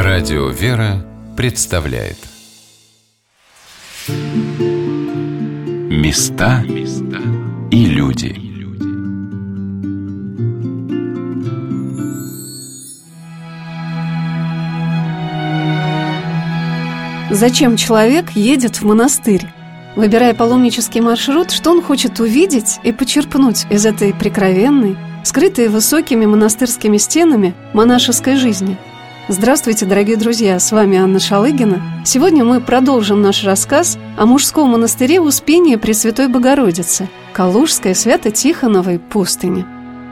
Радио «Вера» представляет Места и люди. Зачем человек едет в монастырь? Выбирая паломнический маршрут, что он хочет увидеть и почерпнуть из этой прикровенной, скрытой высокими монастырскими стенами монашеской жизни? Здравствуйте, дорогие друзья, с вами Анна Шалыгина. Сегодня мы продолжим наш рассказ о мужском монастыре Успения Пресвятой Богородицы, Калужской Свято-Тихоновой пустыне.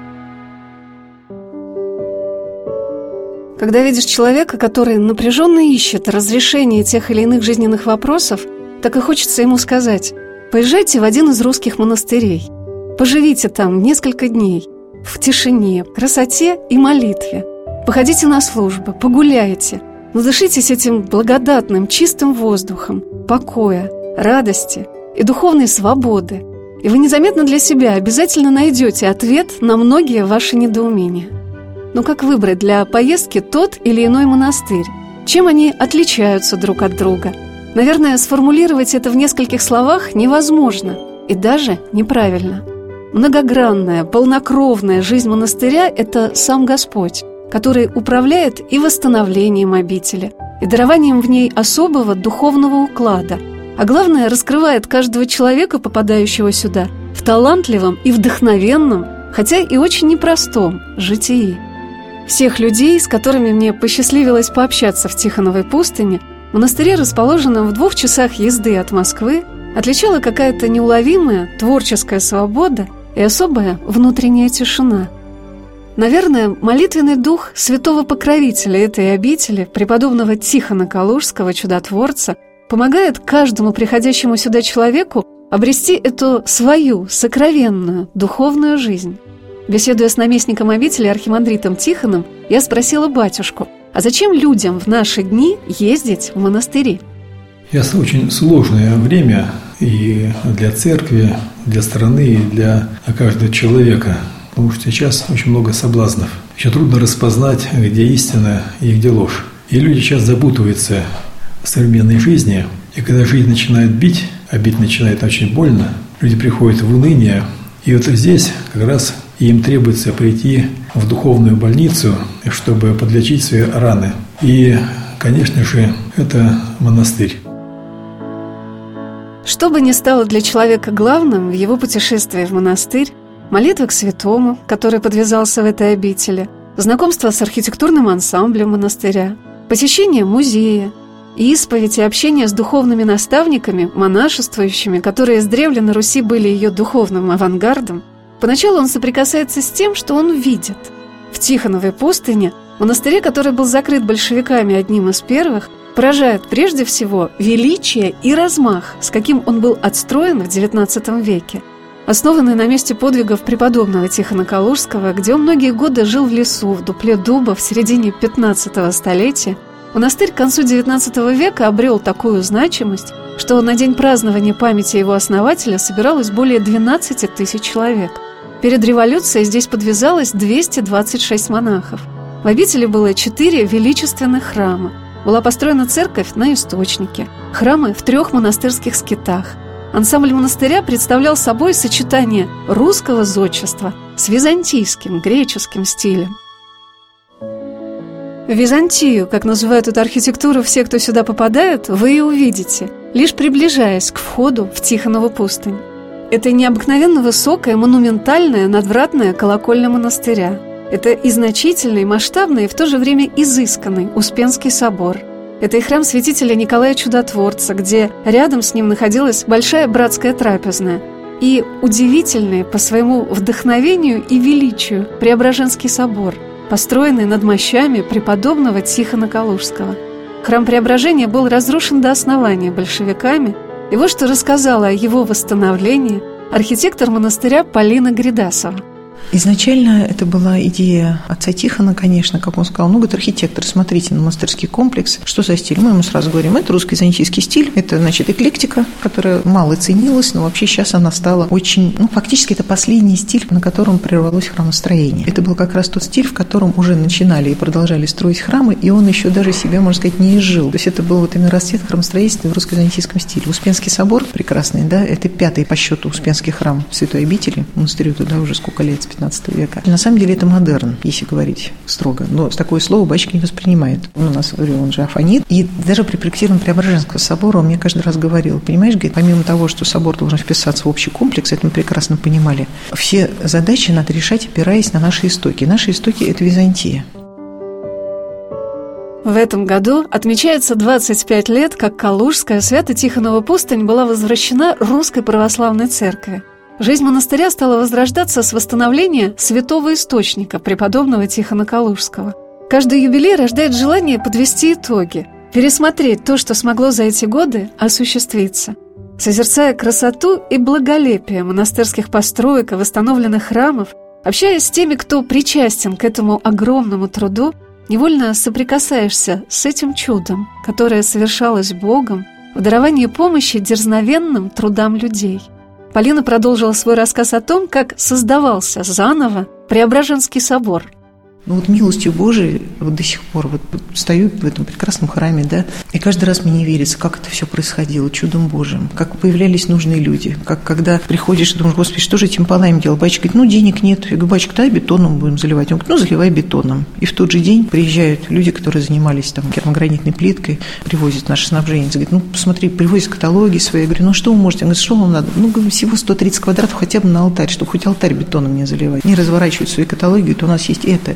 Когда видишь человека, который напряженно ищет разрешение тех или иных жизненных вопросов, так и хочется ему сказать: поезжайте в один из русских монастырей, поживите там несколько дней, в тишине, красоте и молитве. Походите на службы, погуляйте, надышитесь этим благодатным, чистым воздухом, покоя, радости и духовной свободы. И вы незаметно для себя обязательно найдете ответ на многие ваши недоумения. Но как выбрать для поездки тот или иной монастырь? Чем они отличаются друг от друга? Наверное, сформулировать это в нескольких словах невозможно и даже неправильно. Многогранная, полнокровная жизнь монастыря – это сам Господь, который управляет и восстановлением обители, и дарованием в ней особого духовного уклада, а главное, раскрывает каждого человека, попадающего сюда, в талантливом и вдохновенном, хотя и очень непростом житии. Всех людей, с которыми мне посчастливилось пообщаться в Тихоновой пустыне, в монастыре, расположенном в 2 часах езды от Москвы, отличала какая-то неуловимая творческая свобода и особая внутренняя тишина. Наверное, молитвенный дух святого покровителя этой обители, преподобного Тихона Калужского, чудотворца, помогает каждому приходящему сюда человеку обрести эту свою сокровенную духовную жизнь. Беседуя с наместником обители архимандритом Тихоном, я спросила батюшку: а зачем людям в наши дни ездить в монастыри? Сейчас очень сложное время и для церкви, для страны, и для каждого человека. Потому что сейчас очень много соблазнов. Еще трудно распознать, где истина и где ложь. И люди сейчас запутываются в современной жизни. И когда жизнь начинает бить, а бить начинает очень больно, люди приходят в уныние. И вот здесь как раз им требуется прийти в духовную больницу, чтобы подлечить свои раны. И, конечно же, это монастырь. Что бы ни стало для человека главным в его путешествии в монастырь, молитва к святому, который подвязался в этой обители, знакомство с архитектурным ансамблем монастыря, посещение музея, исповедь и общение с духовными наставниками, монашествующими, которые издревле на Руси были ее духовным авангардом, поначалу он соприкасается с тем, что он видит. В Тихоновой пустыне, монастыре, который был закрыт большевиками одним из первых, поражает прежде всего величие и размах, с каким он был отстроен в XIX веке. Основанный на месте подвигов преподобного Тихона Калужского, где он многие годы жил в лесу, в дупле дуба в середине 15 столетия, монастырь к концу XIX века обрел такую значимость, что на день празднования памяти его основателя собиралось более 12 тысяч человек. Перед революцией здесь подвязалось 226 монахов. В обители было 4 величественных храма. Была построена церковь на источнике, храмы в 3 монастырских скитах. Ансамбль монастыря представлял собой сочетание русского зодчества с византийским, греческим стилем. Византию, как называют эту архитектуру все, кто сюда попадает, вы и увидите, лишь приближаясь к входу в Тихонову пустынь. Это необыкновенно высокая, монументальная, надвратная колокольня монастыря. Это и значительный, масштабный, и в то же время изысканный Успенский собор. Это и храм святителя Николая Чудотворца, где рядом с ним находилась большая братская трапезная. И удивительный по своему вдохновению и величию Преображенский собор, построенный над мощами преподобного Тихона Калужского. Храм Преображения был разрушен до основания большевиками, и вот что рассказала о его восстановлении архитектор монастыря Полина Гридасова. Изначально это была идея отца Тихона, конечно, как он сказал, говорит, архитектор, смотрите на монастырский комплекс, что за стиль? Мы ему сразу говорим, это русский византийский стиль, это, значит, эклектика, которая мало ценилась, но вообще сейчас она стала очень, фактически это последний стиль, на котором прервалось храмостроение. Это был как раз тот стиль, в котором уже начинали и продолжали строить храмы, и он еще даже себя, можно сказать, не изжил. То есть это был вот именно расцвет храмостроительства в русско-византийском стиле. Успенский собор прекрасный, да, это 5-й по счету Успенский храм Святой Обители, монастырю туда уже сколько лет, с 15 века. И на самом деле это модерн, если говорить строго, но такое слово батюшка не воспринимает. У нас, говорю, он же афонит. И даже при проектировании Преображенского собора он мне каждый раз говорил, понимаешь, говорит, помимо того, что собор должен вписаться в общий комплекс, это мы прекрасно понимали, все задачи надо решать, опираясь на наши истоки. Наши истоки – это Византия. В этом году отмечается 25 лет, как Калужская Свято-Тихонова пустынь была возвращена Русской Православной Церкви. Жизнь монастыря стала возрождаться с восстановления святого источника преподобного Тихона Калужского. Каждый юбилей рождает желание подвести итоги, пересмотреть то, что смогло за эти годы осуществиться. Созерцая красоту и благолепие монастырских построек и восстановленных храмов, общаясь с теми, кто причастен к этому огромному труду, невольно соприкасаешься с этим чудом, которое совершалось Богом в даровании помощи дерзновенным трудам людей. Полина продолжила свой рассказ о том, как создавался заново Преображенский собор. Милостью Божией до сих пор стою в этом прекрасном храме, да, и каждый раз мне не верится, как это все происходило, чудом Божьим, как появлялись нужные люди, как когда приходишь и думаешь, Господи, что же этим полами делать? Батюшка говорит, денег нет. Я говорю, батюшка, давай бетоном будем заливать. Он говорит, заливай бетоном. И в тот же день приезжают люди, которые занимались керамогранитной плиткой, привозят наше снабжение. Говорит, посмотри, привозят каталоги свои. Я говорю, что вы можете? Он говорит, что вам надо? Говорю, всего 130 квадратов хотя бы на алтарь, чтобы хоть алтарь бетоном не заливать. Не разворачивают свои каталоги, говорят, у нас есть это.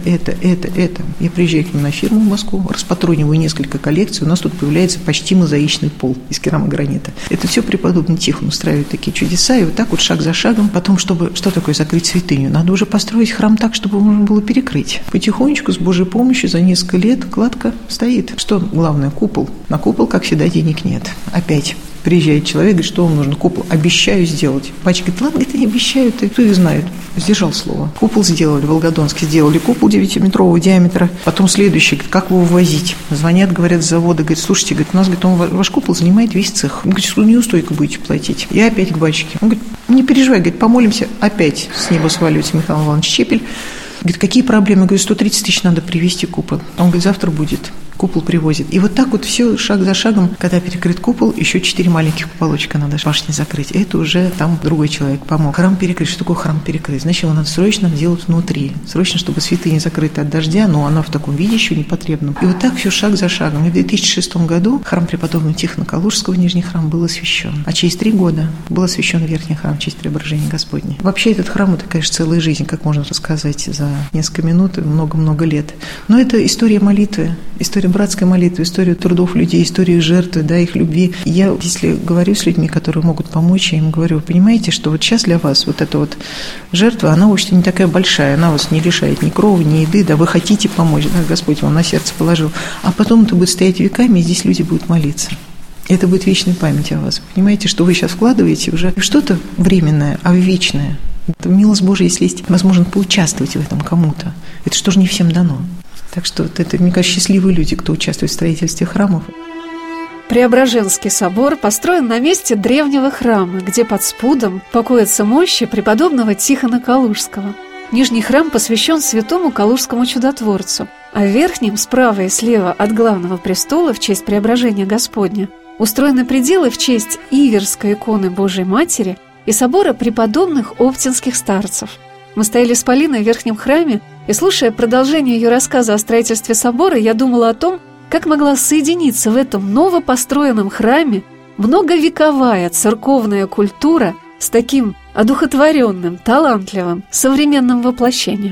Я приезжаю к ним на фирму в Москву, распатрониваю несколько коллекций, у нас тут появляется почти мозаичный пол из керамогранита. Это все преподобный Тихон устраивает такие чудеса, и вот так вот шаг за шагом. Потом, что такое закрыть святыню? Надо уже построить храм так, чтобы можно было перекрыть. Потихонечку, с Божьей помощью, за несколько лет кладка стоит. Что главное? Купол. На купол, как всегда, денег нет. Опять. Приезжает человек, говорит, что вам нужно? Купол. Обещаю сделать. Батюшка говорит, ладно, говорит, не обещаю, кто их знает. Сдержал слово. Купол сделали, в Волгодонске сделали купол 9-метрового диаметра. Потом следующий, говорит, как его вывозить? Звонят, говорят с завода, говорит, слушайте, говорит, у нас, говорит, ваш купол занимает весь цех. Он говорит, что неустойку будете платить. Я опять к батюшке. Он говорит, не переживай, говорит, помолимся. Опять с неба сваливается Михаил Иванович Чепель. Говорит, какие проблемы? Я говорю, 130 тысяч надо привезти купол. Он говорит, завтра будет. Купол привозит. И вот так вот все шаг за шагом, когда перекрыт купол, еще 4 маленьких куполочка надо башни закрыть. Это уже там другой человек помог. Храм перекрыть. Что такое храм перекрыть? Значит, его надо срочно делать внутри. Срочно, чтобы святыня закрыта от дождя, но она в таком виде еще непотребном. И вот так все шаг за шагом. И в 2006 году храм преподобного Тихона Калужского, Нижний храм, был освящен. А через 3 года был освящен Верхний храм в честь Преображения Господня. Вообще этот храм, это, конечно, целая жизнь, как можно рассказать за несколько минут, много-много лет. Но это история молитвы, история братской молитвы, историю трудов людей, историю жертвы, да, их любви. Я, если говорю с людьми, которые могут помочь, я им говорю, вы понимаете, что вот сейчас для вас вот эта вот жертва, она очень не такая большая, она вас не лишает ни крови, ни еды, да, вы хотите помочь, да, Господь вам на сердце положил, а потом это будет стоять веками, и здесь люди будут молиться. Это будет вечная память о вас. Понимаете, что вы сейчас вкладываете уже что-то временное, а вечное. Это милость Божия, если есть возможность поучаствовать в этом кому-то. Это что же не всем дано. Так что это, мне кажется, счастливые люди, кто участвует в строительстве храмов. Преображенский собор построен на месте древнего храма, где под спудом покоятся мощи преподобного Тихона Калужского. Нижний храм посвящен святому Калужскому чудотворцу, а в верхнем, справа и слева от главного престола в честь Преображения Господня, устроены пределы в честь Иверской иконы Божией Матери и собора преподобных оптинских старцев. Мы стояли с Полиной в верхнем храме, и, слушая продолжение ее рассказа о строительстве собора, я думала о том, как могла соединиться в этом новопостроенном храме многовековая церковная культура с таким одухотворенным, талантливым, современным воплощением.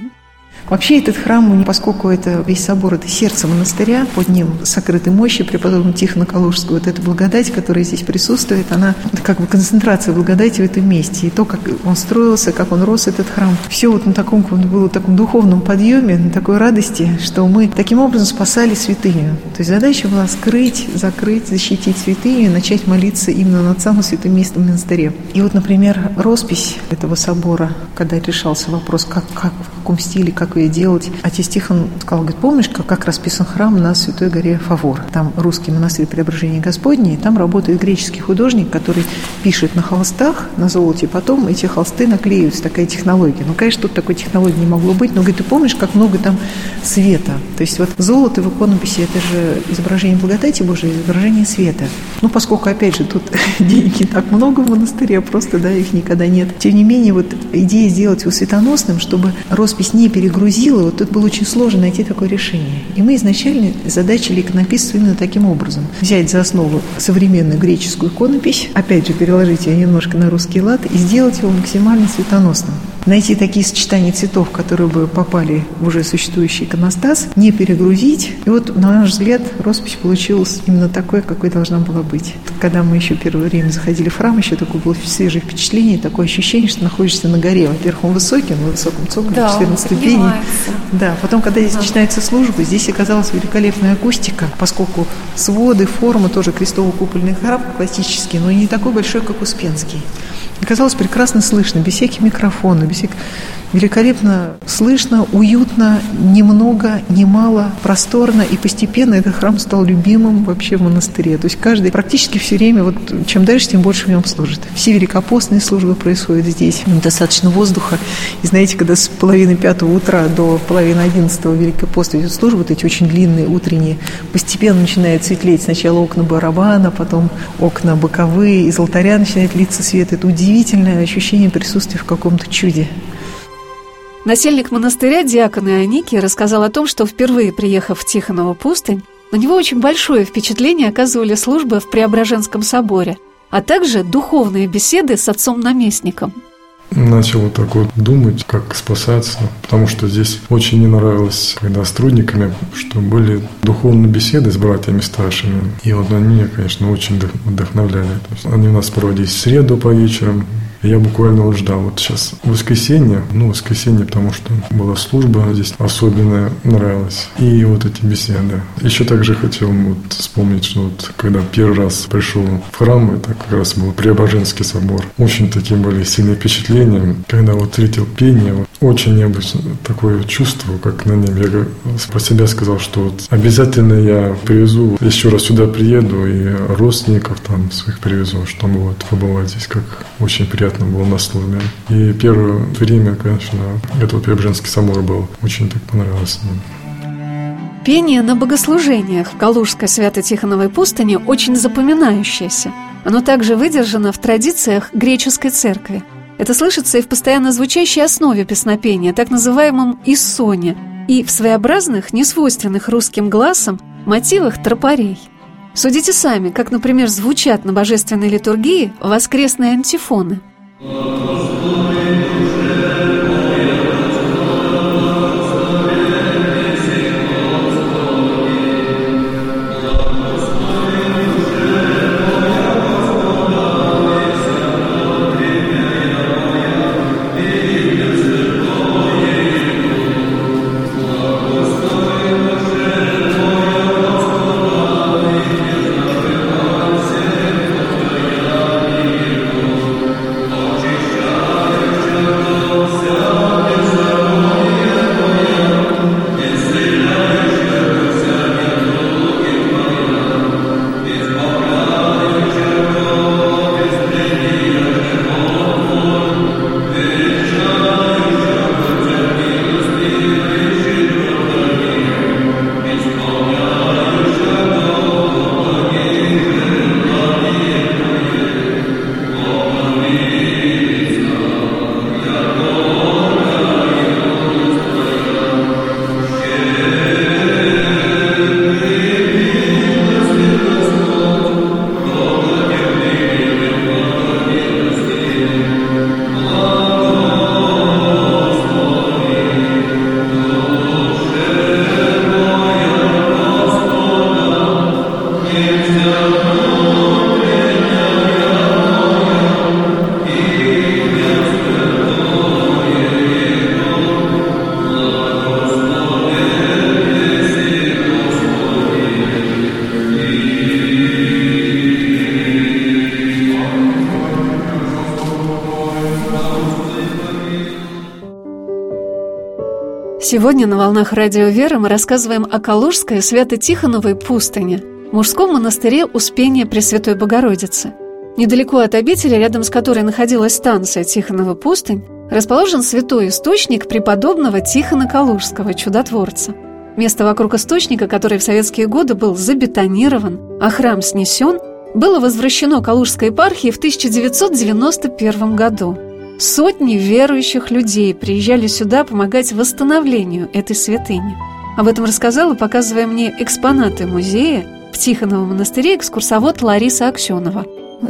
Вообще этот храм, поскольку это весь собор, это сердце монастыря, под ним сокрыты мощи преподобного Тихона Калужского. Вот эта благодать, которая здесь присутствует, она как бы концентрация благодати в этом месте. И то, как он строился, как он рос, этот храм, все вот на таком, было в таком духовном подъеме, на такой радости, что мы таким образом спасали святыню. То есть задача была скрыть, закрыть, защитить святыню и начать молиться именно над самым святым местом в монастыре. И вот, например, роспись этого собора, когда решался вопрос, как в каком стиле, как ее делать. Отец Тихон сказал, говорит, помнишь, как расписан храм на Святой горе Фавор? Там русский монастырь Преображения Господней, и там работает греческий художник, который пишет на холстах, на золоте, потом эти холсты наклеиваются, такая технология. Ну, конечно, тут такой технологии не могло быть, но, говорит, ты помнишь, как много там света? То есть вот золото в иконописи, это же изображение благодати Божией, изображение света. Ну, поскольку, опять же, тут денег не так много в монастыре, просто, да, их никогда нет. Тем не менее, вот идея сделать его светоносным, чтобы роспись не перегрузила, вот тут было очень сложно найти такое решение. И мы изначально задачили иконописцу именно таким образом. Взять за основу современную греческую иконопись, опять же, переложить ее немножко на русский лад и сделать его максимально светоносным. Найти такие сочетания цветов, которые бы попали в уже существующий иконостас, не перегрузить. И вот, на наш взгляд, роспись получилась именно такой, какой должна была быть. Когда мы еще первое время заходили в храм, еще такое было свежее впечатление, такое ощущение, что находишься на горе. Во-первых, он высокий, на высоком цоколе, 14 ступеней. Да, потом, когда здесь начинается служба, здесь оказалась великолепная акустика, поскольку своды, формы, тоже крестово-купольный храм классический, но не такой большой, как Успенский. Оказалось прекрасно слышно, без всяких микрофонов, без всяких... Великолепно слышно, уютно, немного, немало, просторно, и постепенно этот храм стал любимым вообще в монастыре. То есть каждый практически все время, вот чем дальше, тем больше в нем служит. Все великопостные службы происходят здесь, достаточно воздуха. И знаете, когда с половины 5 утра до половины 11 Великий пост идет служба, вот эти очень длинные утренние, постепенно начинает светлеть сначала окна барабана, потом окна боковые, из алтаря начинает литься свет. Это удивительное ощущение присутствия в каком-то чуде. Насельник монастыря диакон Ионикий рассказал о том, что впервые приехав в Тихонову пустынь, на него очень большое впечатление оказывали службы в Преображенском соборе, а также духовные беседы с отцом-наместником. Начал вот так вот думать, как спасаться, потому что здесь очень не нравилось, когда с трудниками, что были духовные беседы с братьями старшими. И вот они меня, конечно, очень вдохновляли. То есть они у нас проводились в среду по вечерам. Я буквально вот ждал. Вот сейчас воскресенье, потому что была служба, здесь особенно нравилось. И вот эти беседы. Еще также хотел вот вспомнить, что вот когда первый раз пришел в храм, это как раз был Преображенский собор. Очень такие были сильные впечатления. Когда вот встретил пение, вот, очень необычно такое чувство, как на небе. Я про себя сказал, что вот обязательно я привезу, еще раз сюда приеду и родственников там своих привезу, чтобы вот побывать здесь, как очень приятно было на службе. И первое время, конечно, этот Преображенский собор был. Очень так понравилось мне. Пение на богослужениях в Калужской Свято-Тихоновой пустыне очень запоминающееся. Оно также выдержано в традициях греческой церкви. Это слышится и в постоянно звучащей основе песнопения, так называемом иссоне, и в своеобразных, несвойственных русским гласам мотивах тропарей. Судите сами, как, например, звучат на божественной литургии воскресные антифоны. Сегодня на «Волнах Радио Вера» мы рассказываем о Калужской Свято-Тихоновой пустыне, мужском монастыре Успения Пресвятой Богородицы. Недалеко от обители, рядом с которой находилась станция Тихонова пустынь, расположен святой источник преподобного Тихона Калужского, чудотворца. Место вокруг источника, который в советские годы был забетонирован, а храм снесен, было возвращено Калужской епархии в 1991 году. Сотни верующих людей приезжали сюда помогать восстановлению этой святыни. Об этом рассказала, показывая мне экспонаты музея в Тихоновом монастыре, экскурсовод Лариса Аксенова.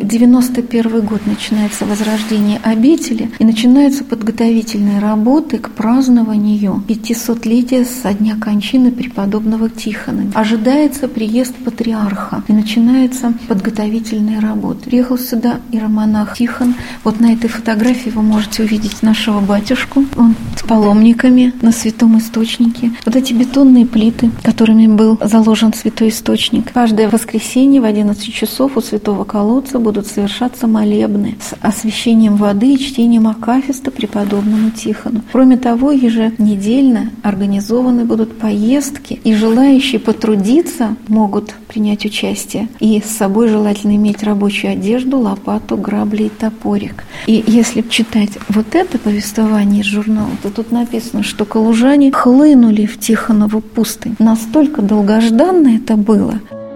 91 год начинается возрождение обители и начинаются подготовительные работы к празднованию 500-летия со дня кончины преподобного Тихона. Ожидается приезд патриарха и начинаются подготовительные работы. Приехал сюда иеромонах Тихон. Вот на этой фотографии вы можете увидеть нашего батюшку. Он с паломниками на святом источнике. Вот эти бетонные плиты, которыми был заложен святой источник. Каждое воскресенье в 11 часов у святого колодца будут совершаться молебны с освящением воды и чтением акафиста преподобному Тихону. Кроме того, еженедельно организованы будут поездки, и желающие потрудиться могут принять участие. И с собой желательно иметь рабочую одежду, лопату, грабли и топорик. И если читать вот это повествование из журнала, то тут написано, что калужане хлынули в Тихонову пустынь. Настолько долгожданно это было.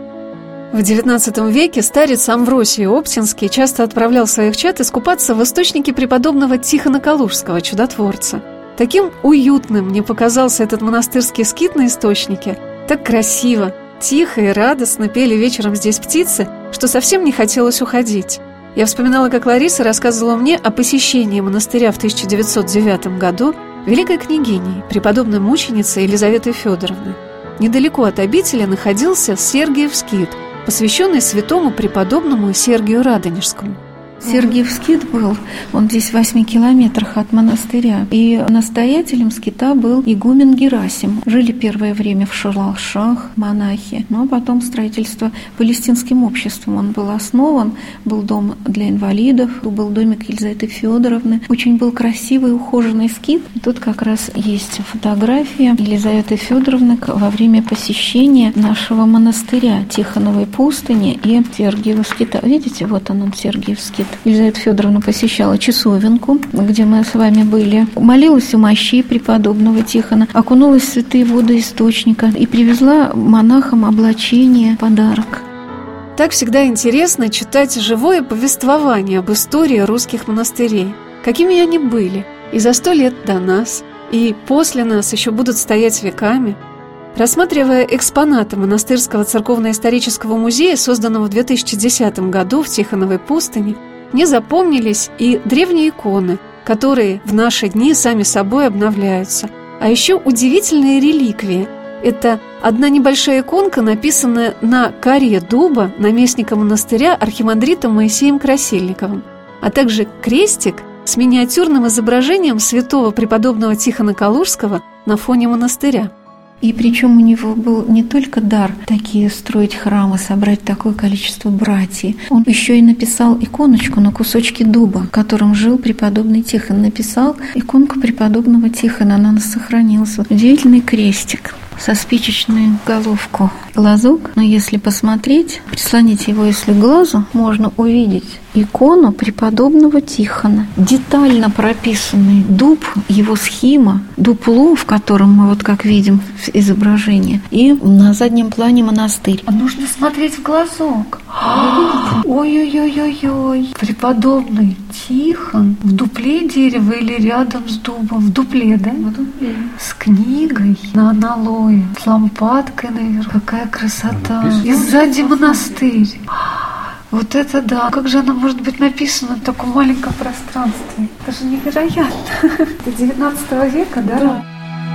В XIX веке старец Амвросий Оптинский часто отправлял своих чад искупаться в источнике преподобного Тихона Калужского, чудотворца. Таким уютным мне показался этот монастырский скит на источнике. Так красиво, тихо и радостно пели вечером здесь птицы, что совсем не хотелось уходить. Я вспоминала, как Лариса рассказывала мне о посещении монастыря в 1909 году великой княгиней, преподобной мученицей Елизаветой Федоровны. Недалеко от обители находился Сергиев скит, посвященный святому преподобному Сергию Радонежскому. Сергиев скит был, он здесь в 8 километрах от монастыря. И настоятелем скита был игумен Герасим. Жили первое время в шалашах монахи, но потом строительство палестинским обществом он был основан. Был дом для инвалидов, был домик Елизаветы Федоровны. Очень был красивый, ухоженный скит. И тут как раз есть фотография Елизаветы Федоровны во время посещения нашего монастыря Тихоновой пустыни и Сергиева скита. Видите, вот он Сергиев скит. Елизавета Федоровна посещала часовенку, где мы с вами были, молилась у мощей преподобного Тихона, окунулась в святые воды источника и привезла монахам облачение, подарок. Так всегда интересно читать живое повествование об истории русских монастырей, какими они были и за 100 лет до нас, и после нас еще будут стоять веками. Рассматривая экспонаты монастырского церковно-исторического музея, созданного в 2010 году в Тихоновой пустыне, мне запомнились и древние иконы, которые в наши дни сами собой обновляются. А еще удивительные реликвии. Это одна небольшая иконка, написанная на коре дуба наместника монастыря архимандритом Моисеем Красильниковым, а также крестик с миниатюрным изображением святого преподобного Тихона Калужского на фоне монастыря. И причем у него был не только дар такие строить храмы, собрать такое количество братьев. Он еще и написал иконочку на кусочке дуба, в котором жил преподобный Тихон. Написал иконку преподобного Тихона, она у нас сохранилась. Вот удивительный крестик со спичечную головку. Глазок, но если посмотреть, прислонить его, если к глазу, можно увидеть икону преподобного Тихона. Детально прописанный дуб, его схема, дупло, в котором мы вот как видим изображение, и на заднем плане монастырь. А нужно смотреть в глазок. Ой-ой-ой-ой-ой. Преподобный Тихон в дупле дерева или рядом с дубом? В дупле, да? В дупле. С книгой на аналое, с лампадкой наверх. Какая красота. И сзади монастырь. Вот это да. Как же она может быть написана в таком маленьком пространстве? Это же невероятно. Это 19 века, да?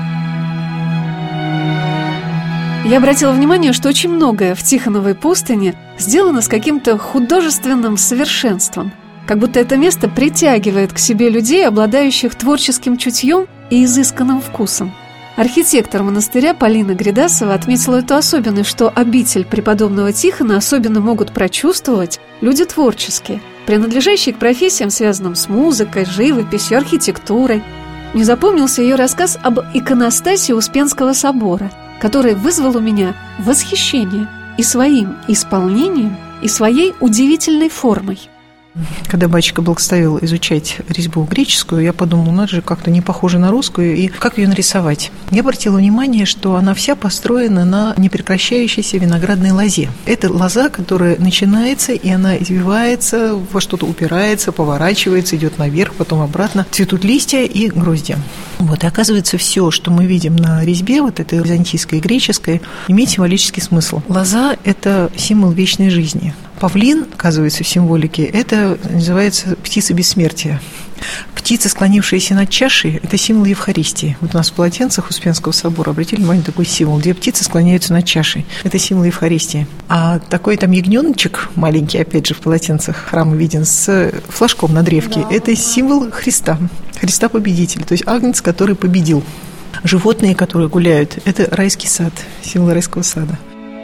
Я обратила внимание, что очень многое в Тихоновой пустыне сделано с каким-то художественным совершенством. Как будто это место притягивает к себе людей, обладающих творческим чутьем и изысканным вкусом. Архитектор монастыря Полина Гридасова отметила эту особенность, что обитель преподобного Тихона особенно могут прочувствовать люди творческие, принадлежащие к профессиям, связанным с музыкой, живописью, архитектурой. Мне запомнился ее рассказ об иконостасе Успенского собора, который вызвал у меня восхищение и своим исполнением, и своей удивительной формой. Когда батюшка благословил изучать резьбу греческую, я подумала, надо же, как-то не похоже на русскую, и как ее нарисовать? Я обратила внимание, что она вся построена на непрекращающейся виноградной лозе. Это лоза, которая начинается, и она извивается, во что-то упирается, поворачивается, идет наверх, потом обратно. Цветут листья и гроздья. Вот, и оказывается, все, что мы видим на резьбе, вот этой византийской и греческой, имеет символический смысл. Лоза – это символ вечной жизни. Павлин, оказывается, в символике, это называется птица бессмертия. Птица, склонившаяся над чашей, это символ Евхаристии. Вот у нас в полотенцах Успенского собора, обратили внимание, такой символ, где птицы склоняются над чашей. Это символ Евхаристии. А такой там ягненочек маленький, опять же, в полотенцах храма виден, с флажком на древке, да. Это символ Христа, Христа Победителя, то есть агнец, который победил. Животные, которые гуляют, это райский сад, символ райского сада.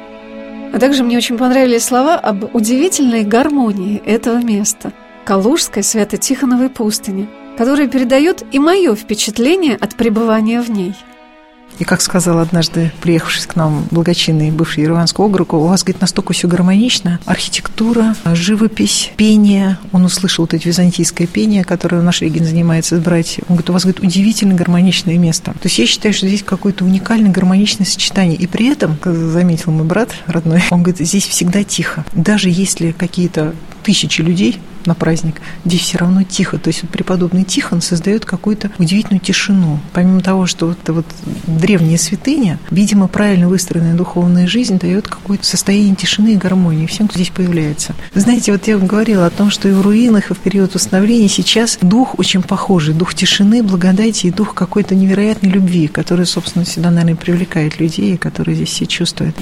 А также мне очень понравились слова об удивительной гармонии этого места, Калужской Свято-Тихоновой пустыни, которая передает и мое впечатление от пребывания в ней. И как сказал однажды, приехавший к нам благочинный бывший Ереванского округа, у вас, говорит, настолько все гармонично. Архитектура, живопись, пение. Он услышал вот это византийское пение, которое наш Регин занимается брать. Он говорит, у вас, говорит, удивительно гармоничное место. То есть я считаю, что здесь какое-то уникальное гармоничное сочетание. И при этом, как заметил мой брат родной, он говорит, здесь всегда тихо. Даже если какие-то тысячи людей на праздник, здесь все равно тихо. То есть вот преподобный Тихон создает какую-то удивительную тишину. Помимо того, что вот эта вот древняя святыня, видимо, правильно выстроенная духовная жизнь дает какое-то состояние тишины и гармонии всем, кто здесь появляется. Знаете, вот я вам говорила о том, что и в руинах, и в период восстановления сейчас дух очень похожий. Дух тишины, благодати и дух какой-то невероятной любви, который, собственно, сюда, наверное, привлекает людей, и которые здесь все чувствуют.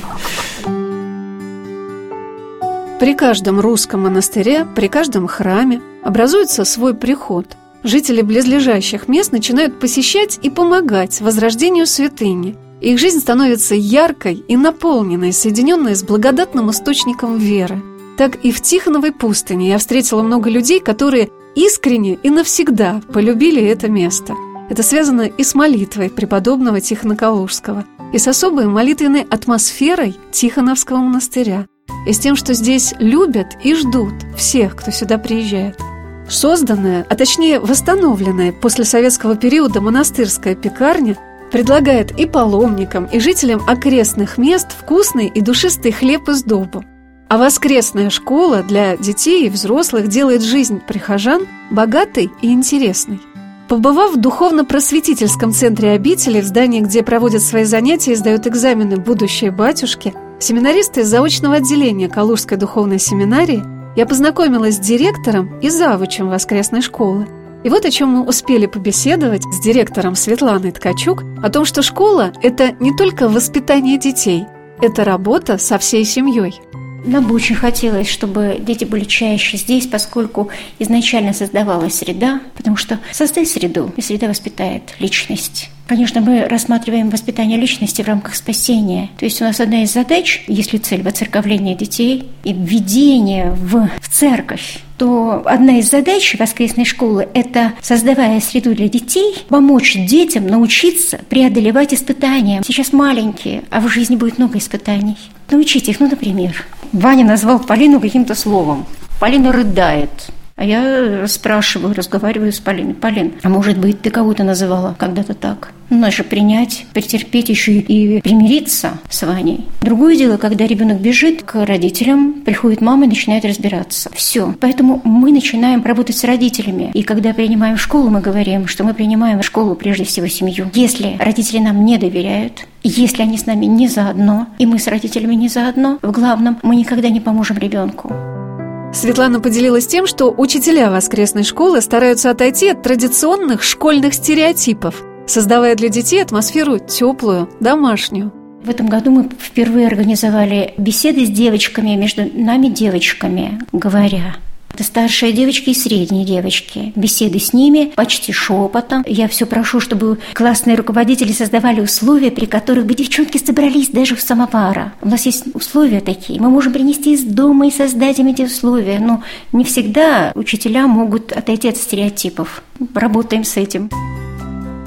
При каждом русском монастыре, при каждом храме образуется свой приход. Жители близлежащих мест начинают посещать и помогать возрождению святыни. Их жизнь становится яркой и наполненной, соединенной с благодатным источником веры. Так и в Тихоновой пустыне я встретила много людей, которые искренне и навсегда полюбили это место. Это связано и с молитвой преподобного Тихона Калужского, и с особой молитвенной атмосферой Тихоновского монастыря, и с тем, что здесь любят и ждут всех, кто сюда приезжает. Созданная, а точнее восстановленная после советского периода монастырская пекарня предлагает и паломникам, и жителям окрестных мест вкусный и душистый хлеб и сдобу. А воскресная школа для детей и взрослых делает жизнь прихожан богатой и интересной. Побывав в духовно-просветительском центре обители, в здании, где проводят свои занятия и сдают экзамены будущие батюшки, семинаристы из заочного отделения Калужской духовной семинарии, я познакомилась с директором и завучем воскресной школы. И вот о чем мы успели побеседовать с директором Светланой Ткачук, о том, что школа – это не только воспитание детей, это работа со всей семьей. Нам бы очень хотелось, чтобы дети были чаще здесь, поскольку изначально создавалась среда, потому что создай среду, и среда воспитает личность. Конечно, мы рассматриваем воспитание личности в рамках спасения. То есть у нас одна из задач, если цель воцерковления детей и введение в церковь, то одна из задач воскресной школы – это, создавая среду для детей, помочь детям научиться преодолевать испытания. Сейчас маленькие, а в жизни будет много испытаний. Научите их, например, Ваня назвал Полину каким-то словом. Полина рыдает. А я спрашиваю, разговариваю с Полиной. Полин, а может быть, ты кого-то называла когда-то так? Надо же принять, претерпеть еще и примириться с Ваней. Другое дело, когда ребенок бежит к родителям, приходит мама и начинает разбираться. Все. Поэтому мы начинаем работать с родителями. И когда принимаем школу, мы говорим, что мы принимаем в школу прежде всего семью. Если родители нам не доверяют, если они с нами не заодно, и мы с родителями не заодно, в главном, мы никогда не поможем ребенку. Светлана поделилась тем, что учителя воскресной школы стараются отойти от традиционных школьных стереотипов, создавая для детей атмосферу теплую, домашнюю. В этом году мы впервые организовали беседы с девочками, между нами девочками, говоря. Это старшие девочки и средние девочки. Беседы с ними почти шепотом. Я все прошу, чтобы классные руководители создавали условия, при которых бы девчонки собрались даже в самовара. У нас есть условия такие. Мы можем принести из дома и создать им эти условия. Но не всегда учителя могут отойти от стереотипов. Работаем с этим.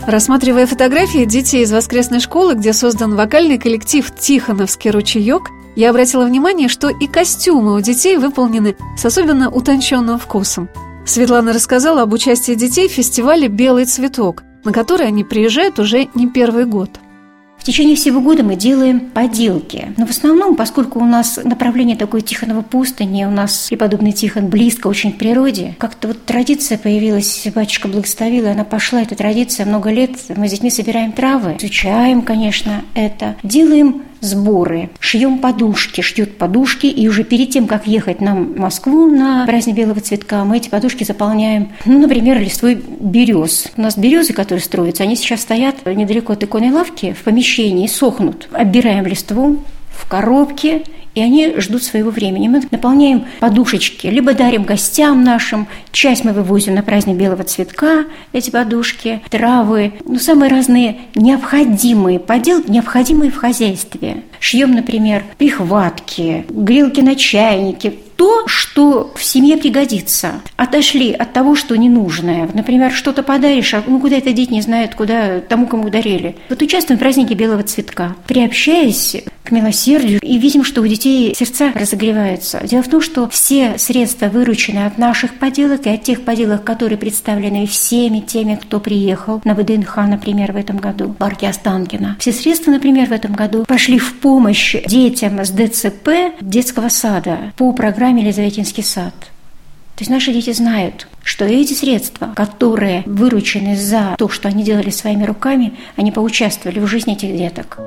Рассматривая фотографии детей из воскресной школы, где создан вокальный коллектив «Тихоновский ручеек», я обратила внимание, что и костюмы у детей выполнены с особенно утонченным вкусом. Светлана рассказала об участии детей в фестивале «Белый цветок», на который они приезжают уже не первый год. В течение всего года мы делаем поделки. Но в основном, поскольку у нас направление такое Тихонова пустыни, у нас преподобный Тихон близко очень к природе, как-то вот традиция появилась, батюшка благословил, и она пошла, эта традиция, много лет. Мы с детьми собираем травы, изучаем, конечно, это, делаем сборы, шьем подушки, шьют подушки, и уже перед тем, как ехать нам в Москву на праздник Белого цветка, мы эти подушки заполняем, например, листвой берез. У нас березы, которые строятся, они сейчас стоят недалеко от иконной лавки в помещении, сохнут. Отбираем листву в коробке, и они ждут своего времени. Мы наполняем подушечки, либо дарим гостям нашим. Часть мы вывозим на праздник Белого цветка, эти подушки, травы. Самые разные необходимые поделки, необходимые в хозяйстве. Шьем, например, прихватки, грелки на чайнике. То, что в семье пригодится. Отошли от того, что ненужное. Например, что-то подаришь, а куда это деть не знают, куда тому, кому дарили. Вот участвуем в празднике Белого цветка, приобщаясь к милосердию, и видим, что у детей сердца разогреваются. Дело в том, что все средства выручены от наших поделок и от тех поделок, которые представлены всеми теми, кто приехал на ВДНХ, например, в этом году, в парке Останкино. Все средства, например, в этом году пошли в помощь детям с ДЦП детского сада по программе «Елизаветинский сад». То есть наши дети знают, что эти средства, которые выручены за то, что они делали своими руками, они поучаствовали в жизни этих деток.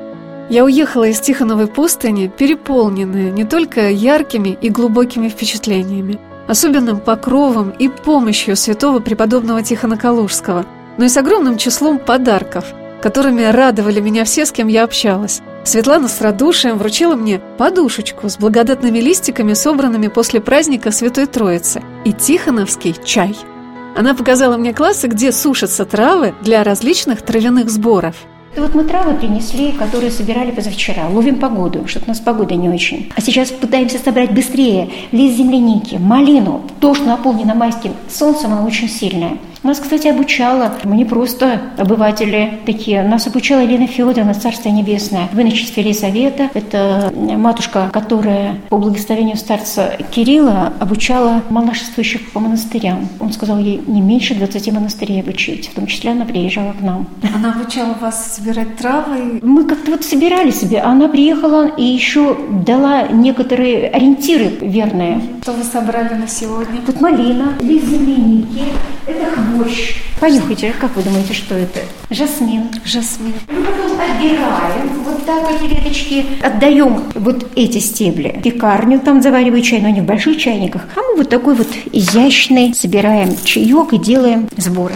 Я уехала из Тихоновой пустыни, переполненная не только яркими и глубокими впечатлениями, особенным покровом и помощью святого преподобного Тихона Калужского, но и с огромным числом подарков, которыми радовали меня все, с кем я общалась. Светлана с радушием вручила мне подушечку с благодатными листиками, собранными после праздника Святой Троицы, и тихоновский чай. Она показала мне классы, где сушатся травы для различных травяных сборов. Вот мы травы принесли, которые собирали позавчера. Ловим погоду, что-то у нас погода не очень. А сейчас пытаемся собрать быстрее лист земляники, малину. То, что наполнено майским солнцем, оно очень сильное. Нас, кстати, обучала, мы не просто обыватели такие, нас обучала Елена Федоровна, Царство Небесное, в иночестве Елизавета. Это матушка, которая по благословению старца Кирилла обучала монашествующих по монастырям. Он сказал ей не меньше 20 монастырей обучить, в том числе она приезжала к нам. Она обучала вас собирать травы? Мы как-то вот собирали себе, а она приехала и еще дала некоторые ориентиры верные. Что вы собрали на сегодня? Вот малина, лист земляники, это хвощ. Понюхайте, как вы думаете, что это? Жасмин. Жасмин. Мы потом отбираем, вот так эти веточки, отдаем вот эти стебли в пекарню, там завариваю чай, но не в больших чайниках, а мы вот такой вот изящный собираем чаек и делаем сборы.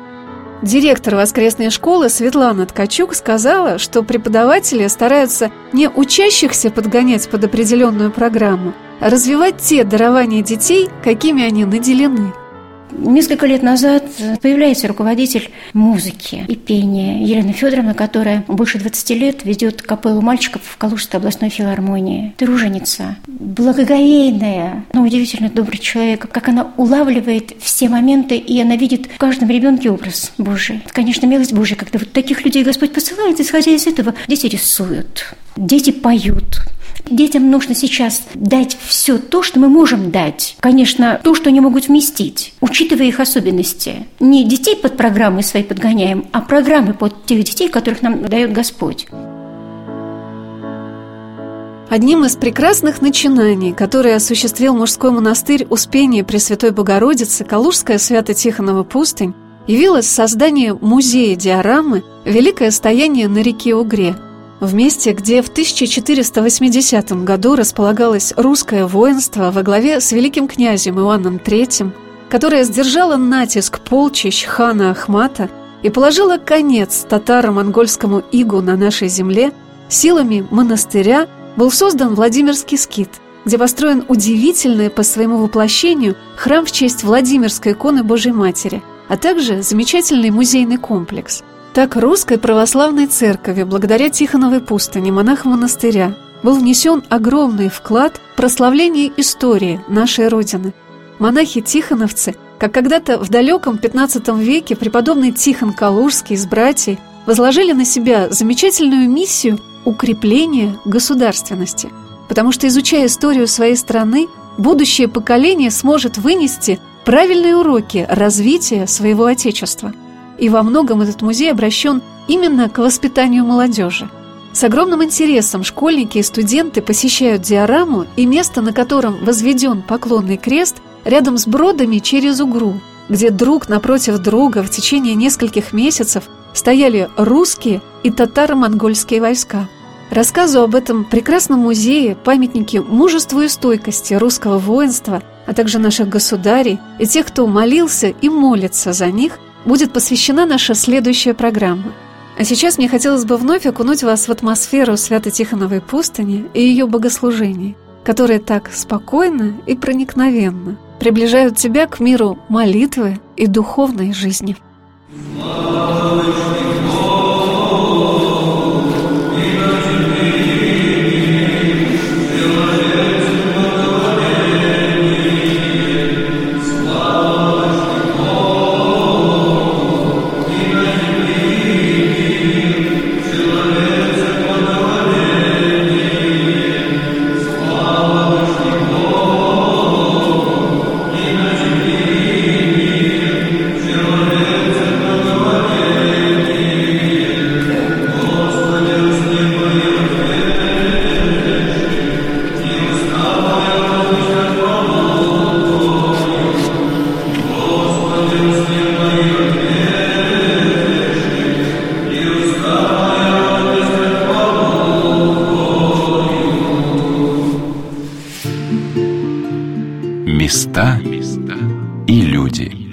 Директор воскресной школы Светлана Ткачук сказала, что преподаватели стараются не учащихся подгонять под определенную программу, а развивать те дарования детей, какими они наделены. Несколько лет назад появляется руководитель музыки и пения Елена Федоровна, которая больше 20 лет ведет капеллу мальчиков в Калужской областной филармонии. Труженица, благоговейная, но удивительно добрый человек. Как она улавливает все моменты, и она видит в каждом ребенке образ Божий. Конечно, милость Божия, когда вот таких людей Господь посылает, исходя из этого, дети рисуют, дети поют. Детям нужно сейчас дать все то, что мы можем дать. Конечно, то, что они могут вместить, учитывая их особенности. Не детей под программы свои подгоняем, а программы под тех детей, которых нам дает Господь. Одним из прекрасных начинаний, которые осуществил мужской монастырь Успения Пресвятой Богородицы Калужская Свято-Тихонова пустынь, явилось создание музея-диорамы «Великое стояние на реке Угре», в месте, где в 1480 году располагалось русское воинство во главе с великим князем Иоанном III, которое сдержало натиск полчищ хана Ахмата и положило конец татаро-монгольскому игу на нашей земле, силами монастыря был создан Владимирский скит, где построен удивительный по своему воплощению храм в честь Владимирской иконы Божьей Матери, а также замечательный музейный комплекс. Так Русской Православной Церкви, благодаря Тихоновой пустыне, монахам монастыря, был внесен огромный вклад в прославление истории нашей Родины. Монахи-тихоновцы как когда-то в далеком XV веке преподобный Тихон Калужский с братьей возложили на себя замечательную миссию укрепления государственности. Потому что, изучая историю своей страны, будущее поколение сможет вынести правильные уроки развития своего Отечества. И во многом этот музей обращен именно к воспитанию молодежи. С огромным интересом школьники и студенты посещают диораму и место, на котором возведен поклонный крест, рядом с бродами через Угру, где друг напротив друга в течение нескольких месяцев стояли русские и татаро-монгольские войска. Рассказу об этом прекрасном музее, памятнике мужеству и стойкости русского воинства, а также наших государей и тех, кто молился и молится за них, будет посвящена наша следующая программа. А сейчас мне хотелось бы вновь окунуть вас в атмосферу Свято-Тихоновой пустыни и ее богослужений, которые так спокойно и проникновенно приближают тебя к миру молитвы и духовной жизни. Места и люди.